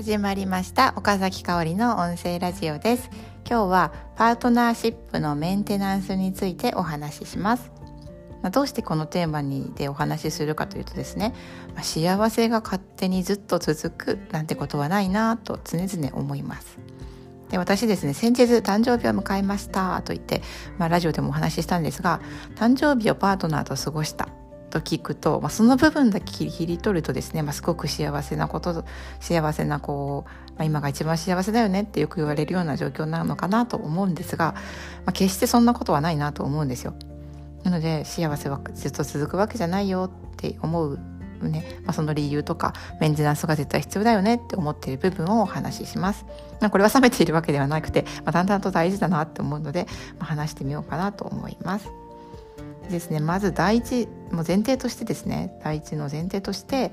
始まりました岡崎香織の音声ラジオです。今日はパートナーシップのメンテナンスについてお話しします。どうしてこのテーマでお話しするかというとですね、幸せが勝手にずっと続くなんてことはないなと常々思います。で、私ですね、先日誕生日を迎えましたと言って、ラジオでもお話ししたんですが、誕生日をパートナーと過ごしたと聞くと、その部分だけ切り取るとですね、すごく幸せな今が一番幸せだよねってよく言われるような状況なのかなと思うんですが、決してそんなことはないなと思うんですよ。なので幸せはずっと続くわけじゃないよって思うね、その理由とかメンテナンスが絶対必要だよねって思っている部分をお話しします。これは冷めているわけではなくて、だんだんと大事だなって思うので、話してみようかなと思います。ですね、まず第一の前提として、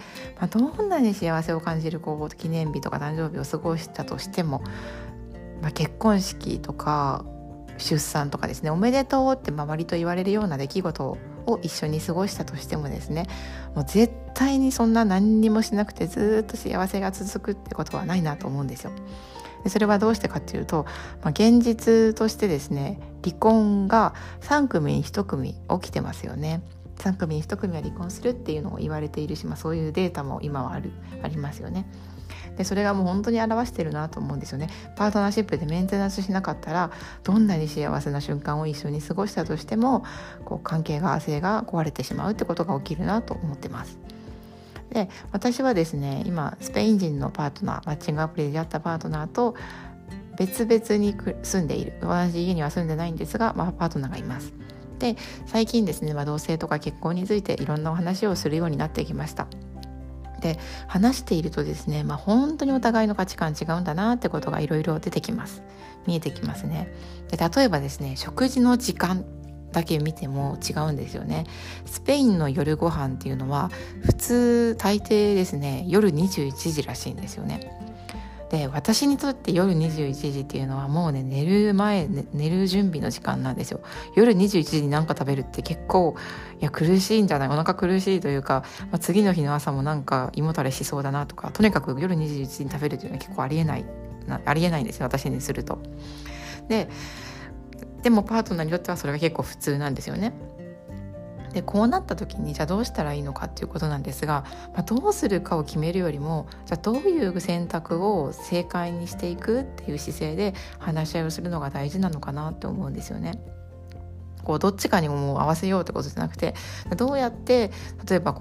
どんなに幸せを感じる記念日とか誕生日を過ごしたとしても、結婚式とか出産とかですね、おめでとうって周りと言われるような出来事を一緒に過ごしたとしてもですね、もう絶対にそんな何にもしなくてずっと幸せが続くってことはないなと思うんですよ。でそれはどうしてかっていうと、現実としてですね、離婚が3組に1組起きてますよね。3組に1組は離婚するっていうのを言われているし、そういうデータも今はありますよね。でそれがもう本当に表してるなと思うんですよね。パートナーシップでメンテナンスしなかったら、どんなに幸せな瞬間を一緒に過ごしたとしても、関係性が壊れてしまうってことが起きるなと思ってます。で、私はですね、今スペイン人のパートナー、マッチングアプリで出会ったパートナーと別々に住んでいる、同じ家には住んでないんですが、パートナーがいます。で、最近ですね、同性とか結婚についていろんなお話をするようになってきました。で、話しているとですね、本当にお互いの価値観違うんだなってことがいろいろ見えてきますね。で、例えばですね、食事の時間だけ見ても違うんですよね。スペインの夜ご飯っていうのは大抵ですね、夜21時らしいんですよね。で、私にとって夜21時っていうのはもうね、寝る準備の時間なんですよ。夜21時に何か食べるって結構苦しいんじゃない、お腹苦しいというか、次の日の朝も胃もたれしそうだなとか、とにかく夜21時に食べるっていうのは結構ありえないんですよ、私にすると。でもパートナーにとってはそれが結構普通なんですよね。で、こうなった時にじゃあどうしたらいいのかっていうことなんですが、どうするかを決めるよりも、じゃあどういう選択を正解にしていくっていう姿勢で話し合いをするのが大事なのかなって思うんですよね。どっちかにも合わせようってことじゃなくて、どうやって例えば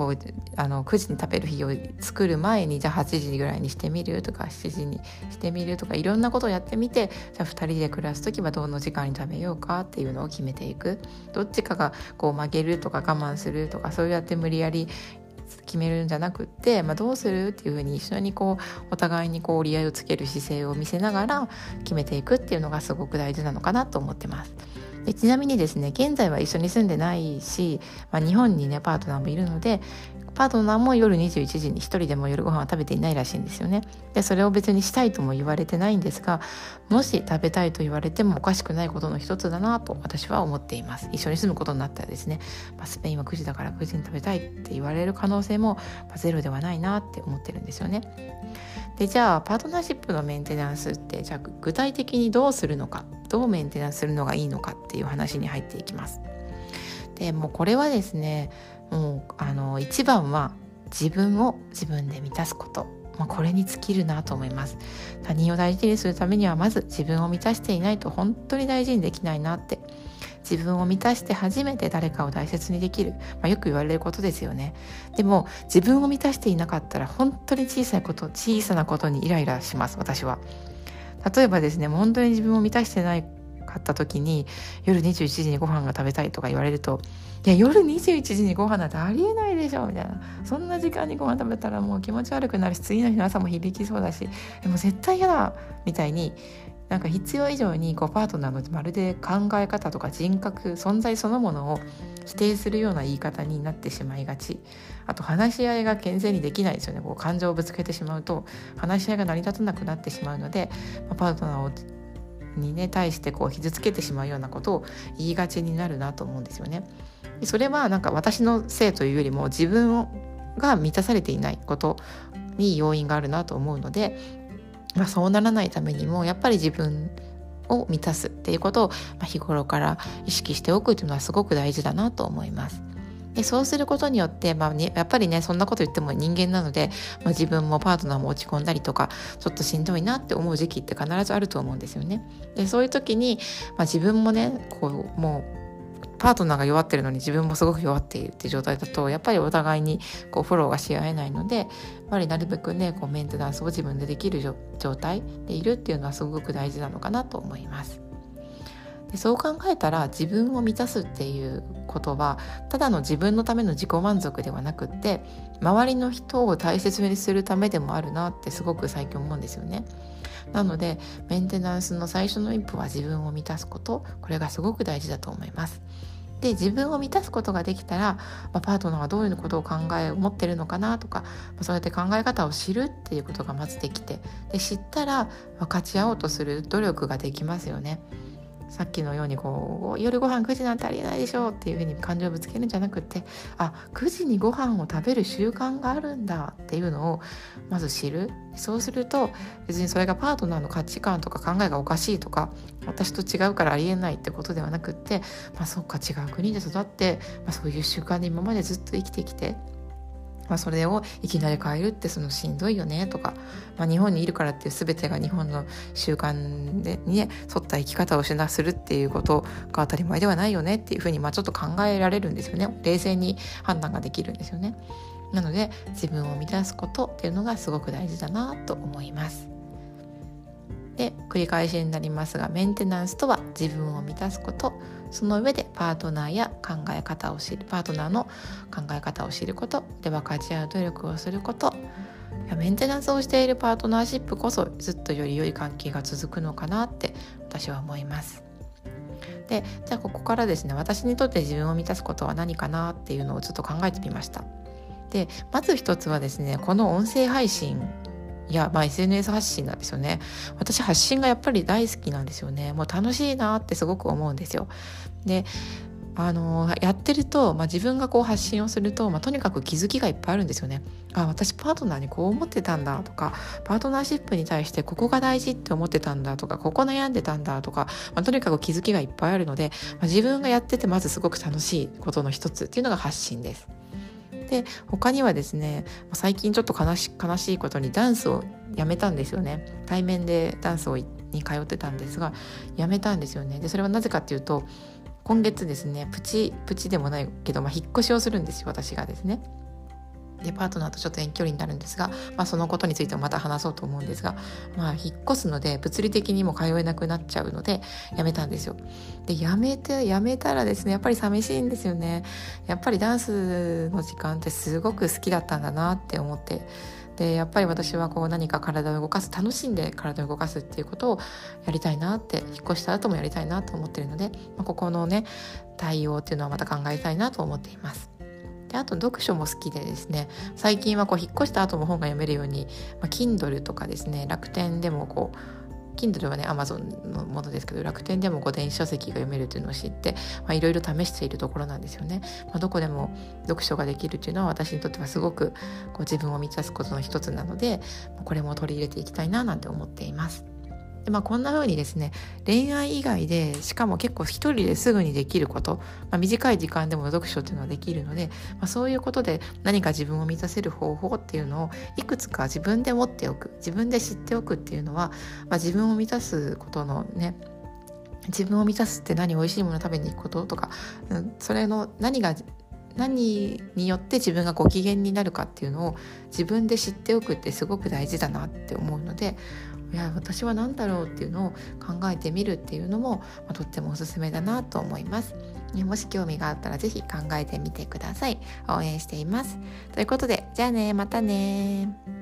9時に食べる日を作る前に、じゃあ8時ぐらいにしてみるとか7時にしてみるとか、いろんなことをやってみて、じゃあ2人で暮らす時はどの時間に食べようかっていうのを決めていく。どっちかが曲げるとか我慢するとか、そうやって無理やり決めるんじゃなくって、どうするっていうふうに一緒にお互いに折り合いをつける姿勢を見せながら決めていくっていうのがすごく大事なのかなと思ってます。で、ちなみにですね、現在は一緒に住んでないし、日本にねパートナーもいるので、パートナーも夜21時に一人でも夜ご飯は食べていないらしいんですよね。で、それを別にしたいとも言われてないんですが、もし食べたいと言われてもおかしくないことの一つだなと私は思っています。一緒に住むことになったらですね、スペインは9時だから9時に食べたいって言われる可能性もゼロではないなって思ってるんですよね。で、じゃあパートナーシップのメンテナンスって、じゃあ具体的にどうするのか、どうメンテナンスするのがいいのかっていう話に入っていきます。で、もうこれはですね、一番は自分を自分で満たすこと、これに尽きるなと思います。他人を大事にするためには、まず自分を満たしていないと本当に大事にできないなって。自分を満たして初めて誰かを大切にできる、よく言われることですよね。でも自分を満たしていなかったら、本当に小さなことにイライラします、私は。例えばですね、本当に自分を満たしてないかった時に、夜21時にご飯が食べたいとか言われると、いや夜21時にご飯なんてありえないでしょみたいな、そんな時間にご飯食べたらもう気持ち悪くなるし、次の日の朝も響きそうだし、でも絶対嫌だみたいに、必要以上にパートナーのまるで考え方とか人格、存在そのものを否定するような言い方になってしまいがち。あと話し合いが健全にできないですよね。感情をぶつけてしまうと話し合いが成り立たなくなってしまうので、パートナーにね対して傷つけてしまうようなことを言いがちになるなと思うんですよね。それは私のせいというよりも、自分が満たされていないことに要因があるなと思うので、 そうならないためにもやっぱり自分を満たすっていうことを、日頃から意識しておくっていうのはすごく大事だなと思います。でそうすることによって、やっぱりねそんなこと言っても人間なので、自分もパートナーも落ち込んだりとかちょっとしんどいなって思う時期って必ずあると思うんですよね。でそういう時に、自分もねもうパートナーが弱ってるのに自分もすごく弱っているっていう状態だとやっぱりお互いにフォローがし合えないので、やっぱりなるべくねメンテナンスを自分でできる状態でいるっていうのはすごく大事なのかなと思います。でそう考えたら自分を満たすっていうことはただの自分のための自己満足ではなくって周りの人を大切にするためでもあるなってすごく最近思うんですよね。なのでメンテナンスの最初の一歩は自分を満たすこと、これがすごく大事だと思います。で自分を満たすことができたら、パートナーはどういうことを持ってるのかなとか、そうやって考え方を知るっていうことがまずできて、で知ったら分かち合おうとする努力ができますよね。さっきのように夜ご飯9時なんてありえないでしょっていうふうに感情をぶつけるんじゃなくて、9時にご飯を食べる習慣があるんだっていうのをまず知る。そうすると別にそれがパートナーの価値観とか考えがおかしいとか私と違うからありえないってことではなくって、そうか違う国で育って、そういう習慣で今までずっと生きてきて、それをいきなり変えるってしんどいよねとか、日本にいるからって全てが日本の習慣でにね沿った生き方をするっていうことが当たり前ではないよねっていうふうにちょっと考えられるんですよね。冷静に判断ができるんですよね。なので自分を満たすことっていうのがすごく大事だなと思います。で繰り返しになりますが、メンテナンスとは自分を満たすこと、その上でパートナーの考え方を知ることで分かち合う努力をすること。メンテナンスをしているパートナーシップこそずっとより良い関係が続くのかなって私は思います。でじゃあここからですね、私にとって自分を満たすことは何かなっていうのをちょっと考えてみました。でまず一つはですね、この音声配信SNS 発信なんですよね。私発信がやっぱり大好きなんですよね。もう楽しいなってすごく思うんですよ。でやってると、自分が発信をすると、とにかく気づきがいっぱいあるんですよね。私パートナーにこう思ってたんだとか、パートナーシップに対してここが大事って思ってたんだとか、ここ悩んでたんだとか、とにかく気づきがいっぱいあるので、自分がやっててまずすごく楽しいことの一つっていうのが発信です。で他にはですね、最近ちょっと悲しいことにダンスをやめたんですよね。対面でダンスに通ってたんですがやめたんですよね。でそれはなぜかっていうと、今月ですねプチでもないけど、引っ越しをするんですよ、私がですね。でパートナーとちょっと遠距離になるんですが、そのことについてもまた話そうと思うんですが、引っ越すので物理的にも通えなくなっちゃうのでやめたんですよ。でやめたらですね、やっぱり寂しいんですよね。やっぱりダンスの時間ってすごく好きだったんだなって思って、でやっぱり私は何か体を動かす、楽しんで体を動かすっていうことをやりたいなって、引っ越した後もやりたいなと思ってるので、ここのね対応っていうのはまた考えたいなと思っています。であと読書も好きでですね、最近は引っ越した後も本が読めるように、Kindle とかですね、楽天でもKindle はね Amazon のものですけど、楽天でも電子書籍が読めるというのを知って、いろいろ試しているところなんですよね。どこでも読書ができるというのは私にとってはすごく自分を満たすことの一つなので、これも取り入れていきたいななんて思っています。でこんな風にですね、恋愛以外でしかも結構一人ですぐにできること、短い時間でも読書っていうのはできるので、そういうことで何か自分を満たせる方法っていうのをいくつか自分で持っておく、自分で知っておくっていうのは、自分を満たすことのね、自分を満たすって美味しいもの食べに行くこととか、それの何によって自分がご機嫌になるかっていうのを自分で知っておくってすごく大事だなって思うので、私は何だろうっていうのを考えてみるっていうのも、とってもおすすめだなと思います。もし興味があったらぜひ考えてみてください。応援しています。ということで、じゃあね、またね。